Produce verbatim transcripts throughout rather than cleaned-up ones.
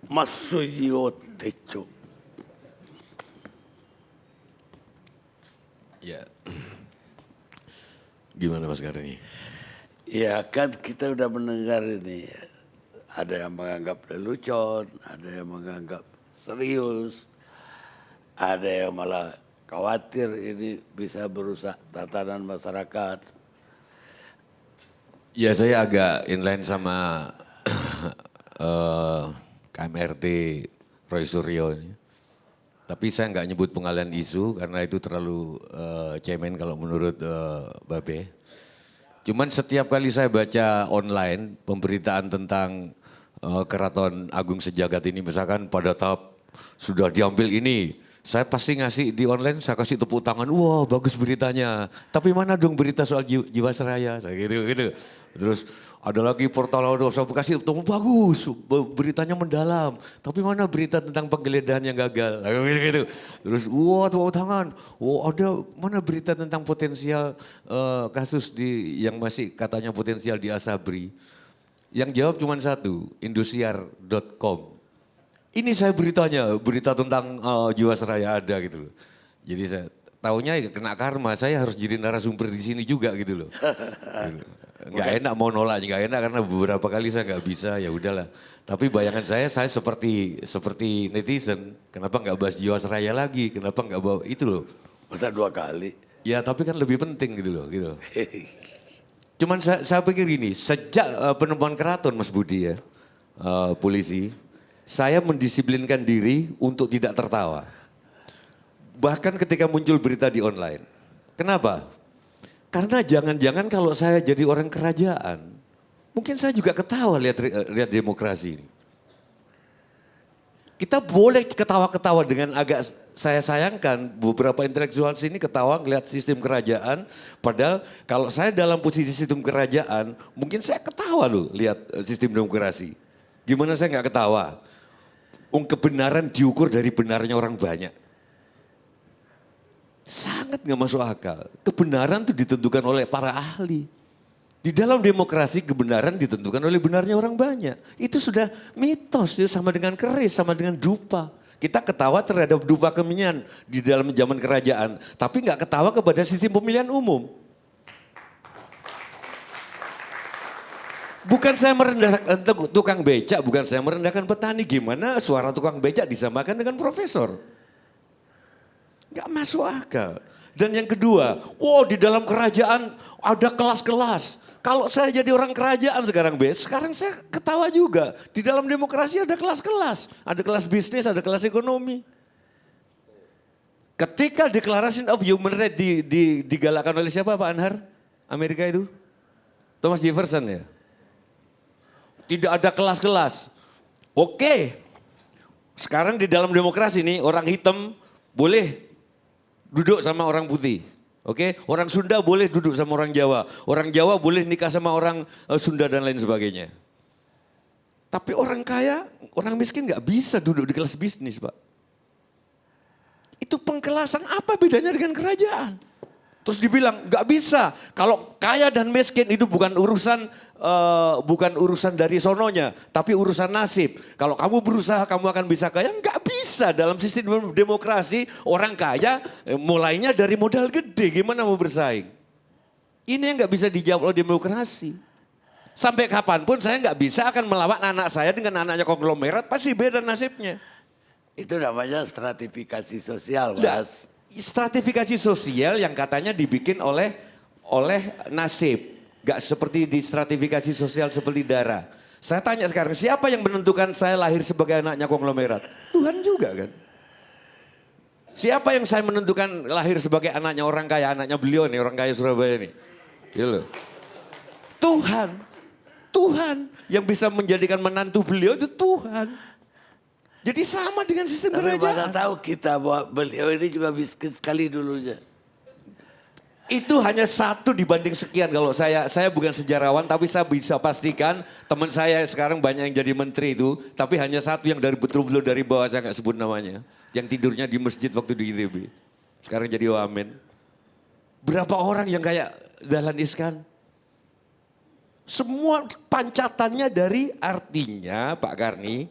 Masuyo Techo. Ya, gimana Mas Karni? Ya kan kita udah mendengar ini, ada yang menganggap lelucon, ada yang menganggap serius, ada yang malah khawatir ini bisa merusak tatanan masyarakat. Ya saya agak inline sama eh, K M R T Roy Suryo ini. Tapi saya nggak nyebut pengalian isu karena itu terlalu eh, cemen kalau menurut eh, Babe. Cuman setiap kali saya baca online pemberitaan tentang eh, Keraton Agung Sejagat ini, misalkan pada tahap sudah diambil ini, saya pasti ngasih di online, saya kasih tepuk tangan, wah bagus beritanya. Tapi mana dong berita soal Jiw- Jiwasraya, saya gitu gitu. Terus ada lagi portal audio, saya kasih tepuk bagus, be- beritanya mendalam. Tapi mana berita tentang penggeledahan yang gagal, gitu gitu. Terus wah tepuk tangan, wah ada mana berita tentang potensial eh, kasus di yang masih katanya potensial di Asabri. Yang jawab cuma satu, indosiar dot com. Ini saya beritanya, berita tentang uh, Jiwasraya ada gitu loh. Jadi saya taunya ya kena karma, saya harus jadi narasumber di sini juga gitu loh. Gitu. Nggak enak mau nolak, nggak enak karena beberapa kali saya nggak bisa, ya udahlah. Tapi bayangan saya, saya seperti seperti netizen, kenapa nggak bahas Jiwasraya lagi, kenapa nggak bawa itu loh. Masa dua kali. Ya tapi kan lebih penting gitu loh. Gitu. Cuman saya, saya pikir gini, sejak uh, penemuan keraton Mas Budi ya, uh, polisi, saya mendisiplinkan diri untuk tidak tertawa. Bahkan ketika muncul berita di online. Kenapa? Karena jangan-jangan kalau saya jadi orang kerajaan, mungkin saya juga ketawa lihat lihat demokrasi ini. Kita boleh ketawa-ketawa dengan agak saya sayangkan beberapa intelektual sini ketawa ngelihat sistem kerajaan. Padahal kalau saya dalam posisi sistem kerajaan, mungkin saya ketawa loh lihat sistem demokrasi. Gimana saya nggak ketawa? Um, kebenaran diukur dari benarnya orang banyak. Sangat nggak masuk akal. Kebenaran itu ditentukan oleh para ahli. Di dalam demokrasi kebenaran ditentukan oleh benarnya orang banyak. Itu sudah mitos, itu sama dengan keris, sama dengan dupa. Kita ketawa terhadap dupa kemenyan di dalam zaman kerajaan. Tapi nggak ketawa kepada sistem pemilihan umum. Bukan saya merendahkan tukang becak, bukan saya merendahkan petani. Gimana suara tukang becak disamakan dengan profesor? Gak masuk akal. Dan yang kedua, wow di dalam kerajaan ada kelas-kelas. Kalau saya jadi orang kerajaan sekarang, Be, sekarang saya ketawa juga. Di dalam demokrasi ada kelas-kelas. Ada kelas bisnis, ada kelas ekonomi. Ketika Declaration of Human Rights di, di, digalakkan oleh siapa Pak Anhar? Amerika itu? Thomas Jefferson ya? Tidak ada kelas-kelas. Oke, sekarang di dalam demokrasi nih orang hitam boleh duduk sama orang putih. Oke, orang Sunda boleh duduk sama orang Jawa. Orang Jawa boleh nikah sama orang uh, Sunda dan lain sebagainya. Tapi orang kaya, orang miskin nggak bisa duduk di kelas bisnis, Pak. Itu pengkelasan apa bedanya dengan kerajaan? Terus dibilang nggak bisa. Kalau kaya dan miskin itu bukan urusan uh, bukan urusan dari sononya, tapi urusan nasib. Kalau kamu berusaha kamu akan bisa kaya, nggak bisa dalam sistem demokrasi orang kaya eh, mulainya dari modal gede. Gimana mau bersaing? Ini yang nggak bisa dijawab oleh demokrasi. Sampai kapanpun saya nggak bisa akan melawan anak saya dengan anaknya konglomerat, pasti beda nasibnya. Itu namanya stratifikasi sosial, Nggak, Mas. stratifikasi sosial yang katanya dibikin oleh oleh nasib. Gak seperti di stratifikasi sosial seperti darah. Saya tanya sekarang, siapa yang menentukan saya lahir sebagai anaknya konglomerat? Tuhan juga kan. Siapa yang saya menentukan lahir sebagai anaknya orang kaya, anaknya beliau nih, orang kaya Surabaya nih. Gitu loh. Tuhan, Tuhan yang bisa menjadikan menantu beliau itu Tuhan. Jadi sama dengan sistem Tapi kerajaan. mana tahu kita bahwa beliau ini juga miskin sekali dulunya. Itu hanya satu dibanding sekian. Kalau saya saya bukan sejarawan tapi saya bisa pastikan teman saya sekarang banyak yang jadi menteri itu. Tapi hanya satu yang dari betul-betul dari bawah, saya nggak sebut namanya. Yang tidurnya di masjid waktu di I T B. Sekarang jadi wamen. Berapa orang yang kayak Dahlan Iskan? Semua pancatannya dari artinya Pak Karni.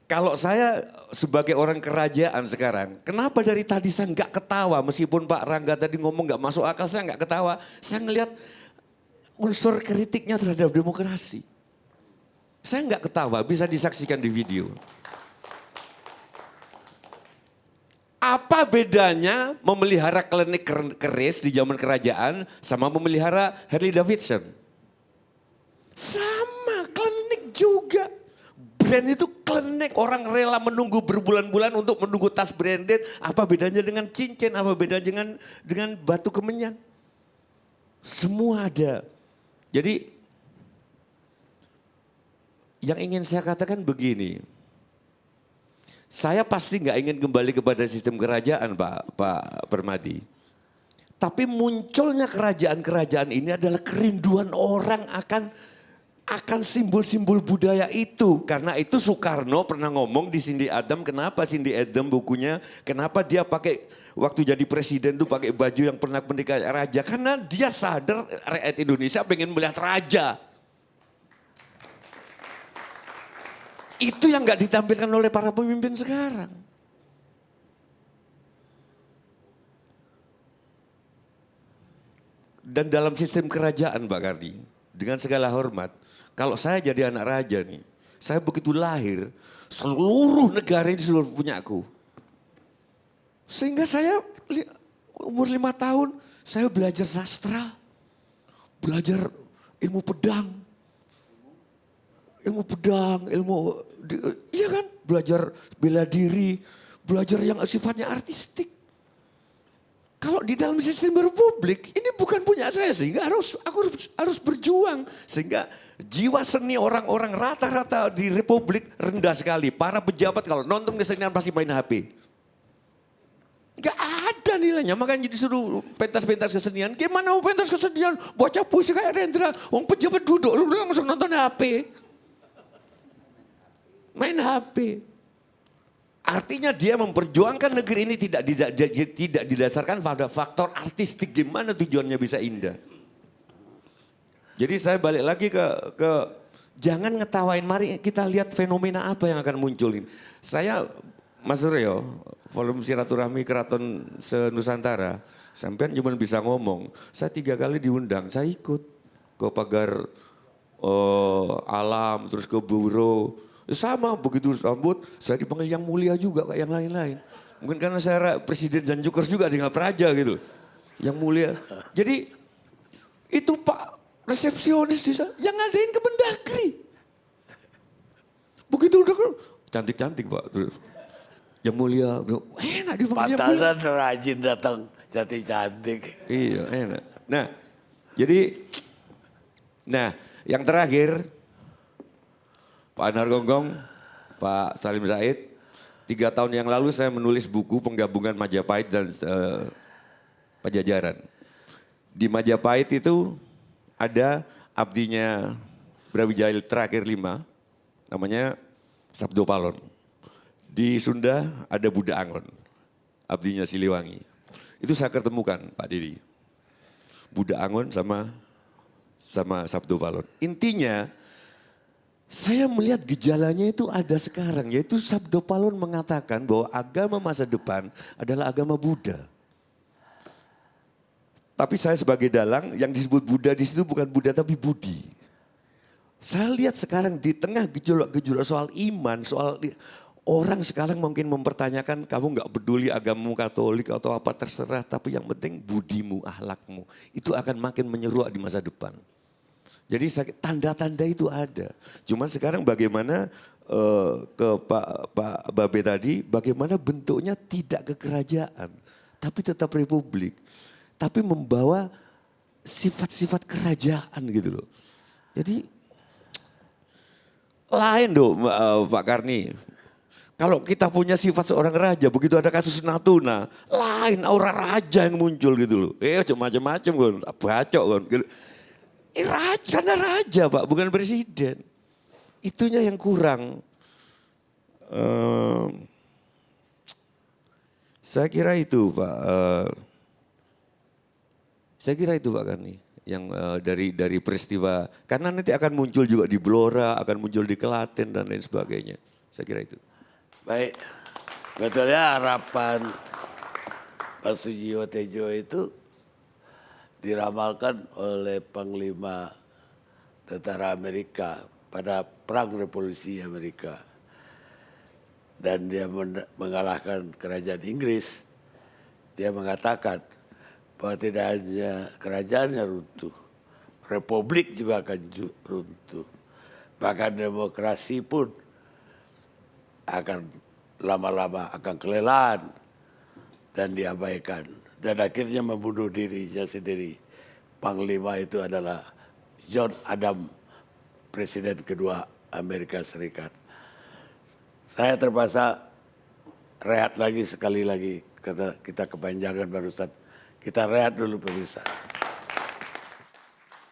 Kalau saya sebagai orang kerajaan sekarang, kenapa dari tadi saya nggak ketawa meskipun Pak Rangga tadi ngomong nggak masuk akal, saya nggak ketawa. Saya ngelihat unsur kritiknya terhadap demokrasi. Saya nggak ketawa, bisa disaksikan di video. Apa bedanya memelihara klinik keris di zaman kerajaan sama memelihara Harley Davidson? Sama, klinik juga. Brand itu klinik, orang rela menunggu berbulan-bulan untuk menunggu tas branded. Apa bedanya dengan cincin, apa bedanya dengan dengan batu kemenyan? Semua ada. Jadi yang ingin saya katakan begini. Saya pasti nggak ingin kembali kepada sistem kerajaan Pak, Pak Permadi. Tapi munculnya kerajaan-kerajaan ini adalah kerinduan orang akan akan simbol-simbol budaya itu. Karena itu Soekarno pernah ngomong di Cindy Adam, kenapa Cindy Adam bukunya, kenapa dia pakai waktu jadi presiden tuh pakai baju yang pernah menikah raja. Karena dia sadar rakyat Indonesia pengen melihat raja. Itu yang gak ditampilkan oleh para pemimpin sekarang. Dan dalam sistem kerajaan Mbak Kardi, dengan segala hormat, kalau saya jadi anak raja nih, saya begitu lahir, seluruh negara ini sudah punya aku. Sehingga saya umur lima tahun, saya belajar sastra, belajar ilmu pedang, ilmu pedang, ilmu, iya kan, belajar bela diri, belajar yang sifatnya artistik. Kalau di dalam sistem republik ini bukan punya saya sehingga harus aku harus, harus berjuang sehingga jiwa seni orang-orang rata-rata di republik rendah sekali. Para pejabat kalau nonton kesenian pasti main H P. Gak ada nilainya, makanya disuruh pentas-pentas kesenian. Gimana mau pentas kesenian? Baca puisi kayak Rendra, wong pejabat duduk, lu langsung nonton H P. Main H P. Artinya dia memperjuangkan negeri ini tidak tidak didasarkan pada faktor artistik, gimana tujuannya bisa indah. Jadi saya balik lagi ke ke jangan ngetawain, mari kita lihat fenomena apa yang akan muncul ini. Saya Mas Suryo, volume silaturahmi Keraton se-Nusantara, sampean cuma bisa ngomong. Saya tiga kali diundang, saya ikut ke pagar uh, alam, terus ke Buro. Sama begitu sambut, saya dipanggil yang mulia juga kayak yang lain-lain. Mungkin karena saya presiden dan Jukers juga dengan praja gitu. Yang mulia. Jadi itu Pak resepsionis di sana yang ngadain Kemendagri. Begitu udah cantik-cantik Pak. Yang mulia, enak dipanggil yang mulia. Pantasan rajin datang cantik-cantik. Iya enak. Nah jadi, nah yang terakhir, Pak Anar Gonggong, Pak Salim Said, tiga tahun yang lalu saya menulis buku penggabungan Majapahit dan uh, Pajajaran. Di Majapahit itu ada abdinya Brawijaya terakhir lima, namanya Sabdo Palon. Di Sunda ada Buddha Angon, abdinya Siliwangi. Itu saya ketemukan Pak Didi. Buddha Angon sama sama Sabdo Palon. Intinya, saya melihat gejalanya itu ada sekarang, yaitu Sabdo Palon mengatakan bahwa agama masa depan adalah agama Buddha. Tapi saya sebagai dalang, yang disebut Buddha di situ bukan Buddha tapi Budi. Saya lihat sekarang di tengah gejolak-gejolak soal iman, soal orang sekarang mungkin mempertanyakan kamu nggak peduli agamamu Katolik atau apa terserah, tapi yang penting budimu, ahlakmu itu akan makin menyeruak di masa depan. Jadi tanda-tanda itu ada. Cuman sekarang bagaimana uh, ke Pak Pak Babe tadi, bagaimana bentuknya tidak ke kerajaan, tapi tetap republik, tapi membawa sifat-sifat kerajaan gitu loh. Jadi lain dong uh, Pak Karni. Kalau kita punya sifat seorang raja, begitu ada kasus Natuna, lain aura raja yang muncul gitu loh. Eh macam-macam kan, bacok kan. Gitu. Eh, raja, karena raja Pak, bukan presiden. Itunya yang kurang. Uh, saya kira itu Pak. Uh, saya kira itu Pak Karni. Yang uh, dari dari peristiwa, karena nanti akan muncul juga di Blora, akan muncul di Klaten dan lain sebagainya. Saya kira itu. Baik, betulnya harapan Pak Sujiwo Tejo itu diramalkan oleh Panglima Tentara Amerika pada Perang Revolusi Amerika. Dan dia mengalahkan kerajaan Inggris. Dia mengatakan bahwa tidak hanya kerajaannya runtuh, republik juga akan runtuh. Bahkan demokrasi pun akan lama-lama akan kelelahan dan diabaikan. Dan akhirnya membunuh dirinya sendiri. Panglima itu adalah John Adams, Presiden kedua Amerika Serikat. Saya terpaksa rehat lagi sekali lagi karena kita kepanjangan barusan. Kita rehat dulu pemirsa.